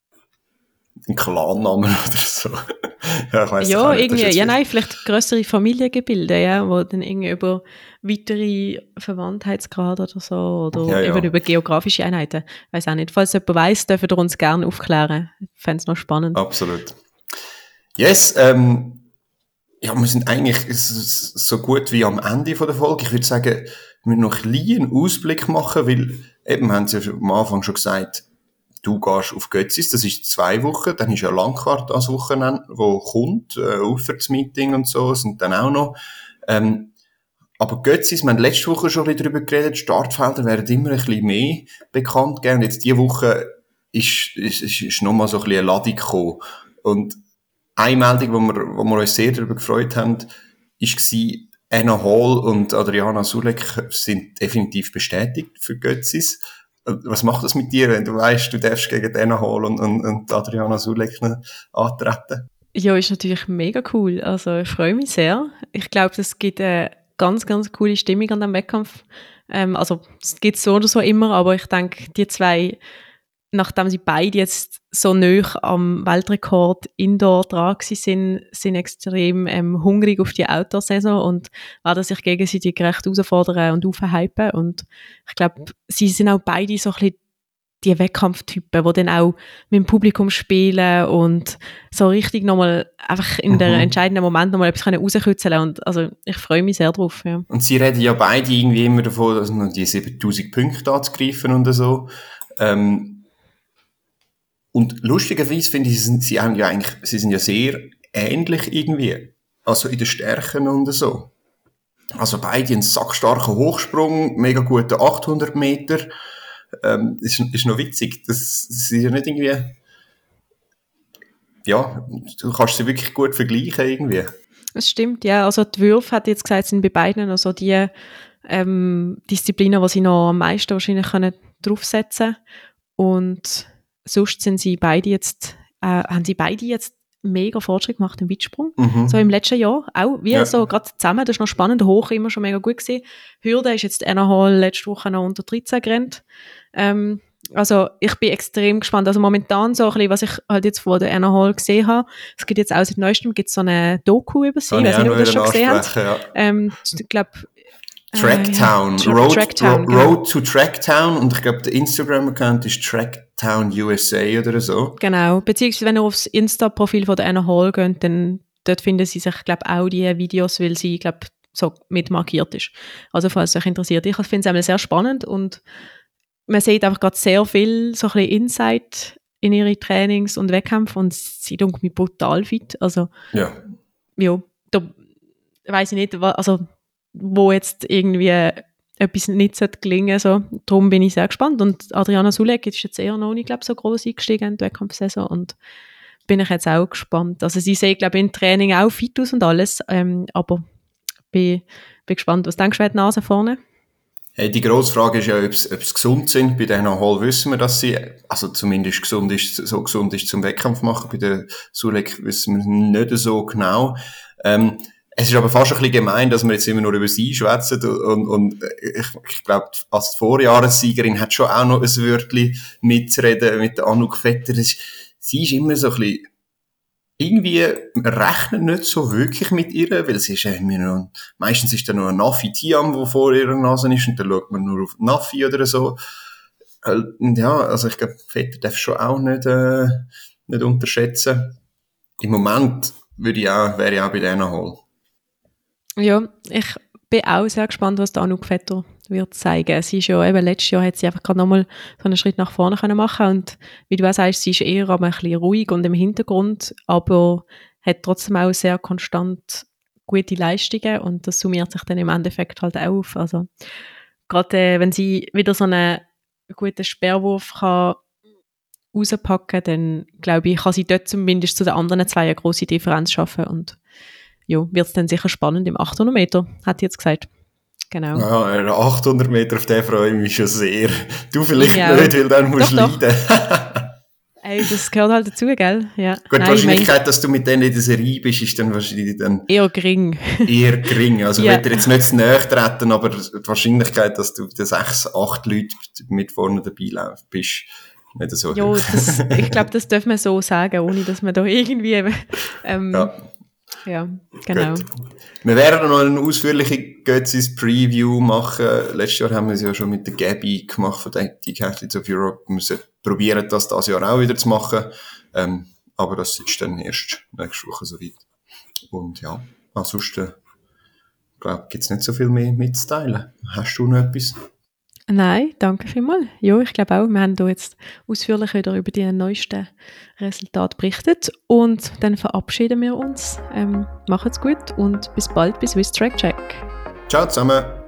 S5: ein Clan-Name oder so. Ja, ich weiss
S3: ja,
S5: nicht,
S3: irgendwie, ja, nein, vielleicht grössere Familiengebilde, ja, wo dann irgendwie über weitere Verwandtheitsgrade oder so, oder eben über geografische Einheiten. Ich weiss auch nicht. Falls jemand weiss, dürfen wir uns gerne aufklären. Ich fände es noch spannend.
S5: Absolut. Yes, ja, wir sind eigentlich so gut wie am Ende der Folge. Ich würde sagen, wir müssen noch ein bisschen einen Ausblick machen, weil eben, wir haben es ja am Anfang schon gesagt, du gehst auf Götzis, das ist 2 Wochen, dann ist ja Langquart als Wochenende, wo kommt, Aufwärtsmeeting und so, sind dann auch noch. Aber Götzis, wir haben letzte Woche schon ein bisschen darüber geredet, Startfelder werden immer ein bisschen mehr bekannt gegeben. Und jetzt diese Woche ist nochmal so ein bisschen eine Ladung gekommen. Und eine Meldung, wo wir uns sehr darüber gefreut haben, war, Anna Hall und Adriana Sulek sind definitiv bestätigt für Götzis. Was macht das mit dir, wenn du weißt, du darfst gegen Anna Hall und Adriana Sulek antreten?
S3: Ja, ist natürlich mega cool. Also ich freue mich sehr. Ich glaube, es gibt eine ganz, ganz coole Stimmung an dem Wettkampf. Also es gibt so oder so immer, aber ich denke, die zwei, nachdem sie beide jetzt so nah am Weltrekord Indoor dran sind extrem hungrig auf die Outdoor-Saison und werden sich gegenseitig recht herausfordern und aufhypen. Und ich glaube, sie sind auch beide so ein bisschen die Wettkampftypen, die dann auch mit dem Publikum spielen und so richtig nochmal einfach in den entscheidenden Moment nochmal etwas rauskitzeln können. Und also ich freue mich sehr drauf. Ja.
S5: Und sie reden ja beide irgendwie immer davon, dass noch die 7000 Punkte anzugreifen und so. Und lustigerweise finde ich, sie sind ja sehr ähnlich irgendwie. Also in den Stärken und so. Also beide einen sackstarken Hochsprung, mega guten 800 Meter. Ist noch witzig. Das ist ja nicht irgendwie, ja, du kannst sie wirklich gut vergleichen irgendwie.
S3: Das stimmt, ja. Also die Würfe, hat jetzt gesagt, sind bei beiden also die Disziplinen, die sie noch am meisten wahrscheinlich können draufsetzen können. Und sonst haben sie beide jetzt mega Fortschritt gemacht im Weitsprung. So im letzten Jahr auch. Wie so gerade zusammen, das ist noch spannend. Hoch immer schon mega gut gewesen. Hürde ist jetzt Anna Hall letzte Woche noch unter 13 gerannt. Also ich bin extrem gespannt. Also momentan so ein bisschen, was ich halt jetzt von der Anna Hall gesehen habe. Es gibt jetzt auch seit Neuestem so eine Doku über sie. Ich weiß nicht, ob ihr das schon gesehen habt.
S5: Ja.
S3: Ich glaube,
S5: Tracktown. Road to Tracktown. Und ich glaube, der Instagram-Account ist Tracktown USA oder so.
S3: Genau. Beziehungsweise, wenn ihr aufs Insta-Profil von der Anna Hall geht, dann dort finden sie sich, glaube ich, auch die Videos, weil sie, glaube so mit markiert ist. Also, falls es euch interessiert. Ich finde es sehr spannend und man sieht einfach gerade sehr viel so ein bisschen Insight in ihre Trainings und Wettkämpfe und sie tut mich brutal fit. Also, ja, da weiss ich nicht, also wo jetzt irgendwie etwas nicht gelingen sollte. So. Darum bin ich sehr gespannt. Und Adriana Sulek ist jetzt eher noch nicht, glaube ich, so gross eingestiegen in die Wettkampfsaison und bin ich jetzt auch gespannt. Also sie sieht, glaube ich, im Training auch fit aus und alles, aber bin gespannt. Was denkst du, wer die Nase vorne?
S5: Hey, die grosse Frage ist ja, ob sie gesund sind. Bei den Hall wissen wir, dass sie, also zumindest so gesund ist zum Wettkampf machen. Bei der Sulek wissen wir nicht so genau. Es ist aber fast ein bisschen gemein, dass wir jetzt immer nur über sie schwätzen und ich glaube, als Vorjahressiegerin hat schon auch noch ein Wörtchen mitzureden mit der Anouk Vetter. Sie ist immer so ein bisschen, irgendwie rechnet nicht so wirklich mit ihr, weil sie ist meistens ist da noch ein Nafi Tiam, der vor ihrer Nase ist und dann schaut man nur auf Nafi oder so. Und ja, also ich glaube, Vetter darf schon auch nicht unterschätzen. Im Moment wäre ich auch bei denen Hall.
S3: Ja, ich bin auch sehr gespannt, was der Anouk Vetter wird zeigen. Sie ist ja eben, letztes Jahr hat sie einfach gerade nochmal so einen Schritt nach vorne können machen und wie du auch sagst, sie ist eher aber ein bisschen ruhig und im Hintergrund, aber hat trotzdem auch sehr konstant gute Leistungen und das summiert sich dann im Endeffekt halt auch auf. Also gerade wenn sie wieder so einen guten Sperrwurf kann rauspacken, dann glaube ich, kann sie dort zumindest zu den anderen zwei eine grosse Differenz schaffen und ja, wird es dann sicher spannend im 800 Meter, hat sie jetzt gesagt. Genau.
S5: Ja, 800 Meter, auf den freue ich mich schon sehr. Du vielleicht nicht, weil dann musst du leiden.
S3: Ey, das gehört halt dazu, gell? Ja.
S5: Gut, die Wahrscheinlichkeit, dass du mit denen in der Serie bist, ist dann wahrscheinlich dann
S3: eher gering.
S5: Also ich will dir jetzt nicht zu nahe treten, aber die Wahrscheinlichkeit, dass du mit den 6, 8 Leuten mit vorne dabei bist, nicht so.
S3: Ja, ich glaube, das dürfen wir so sagen, ohne dass man da irgendwie ja, genau.
S5: Gut. Wir werden noch eine ausführliche Götzis-Preview machen. Letztes Jahr haben wir es ja schon mit der Gabi gemacht von den Athletes of Europe. Wir probieren das Jahr auch wieder zu machen. Aber das ist dann erst nächste Woche soweit. Und ja, ansonsten, glaube ich, gibt es nicht so viel mehr mitzuteilen. Hast du noch etwas?
S3: Nein, danke vielmals. Ja, ich glaube auch, wir haben hier jetzt ausführlich wieder über die neuesten Resultate berichtet und dann verabschieden wir uns. Macht's gut und bis bald bei Swiss Track Check.
S5: Ciao zusammen.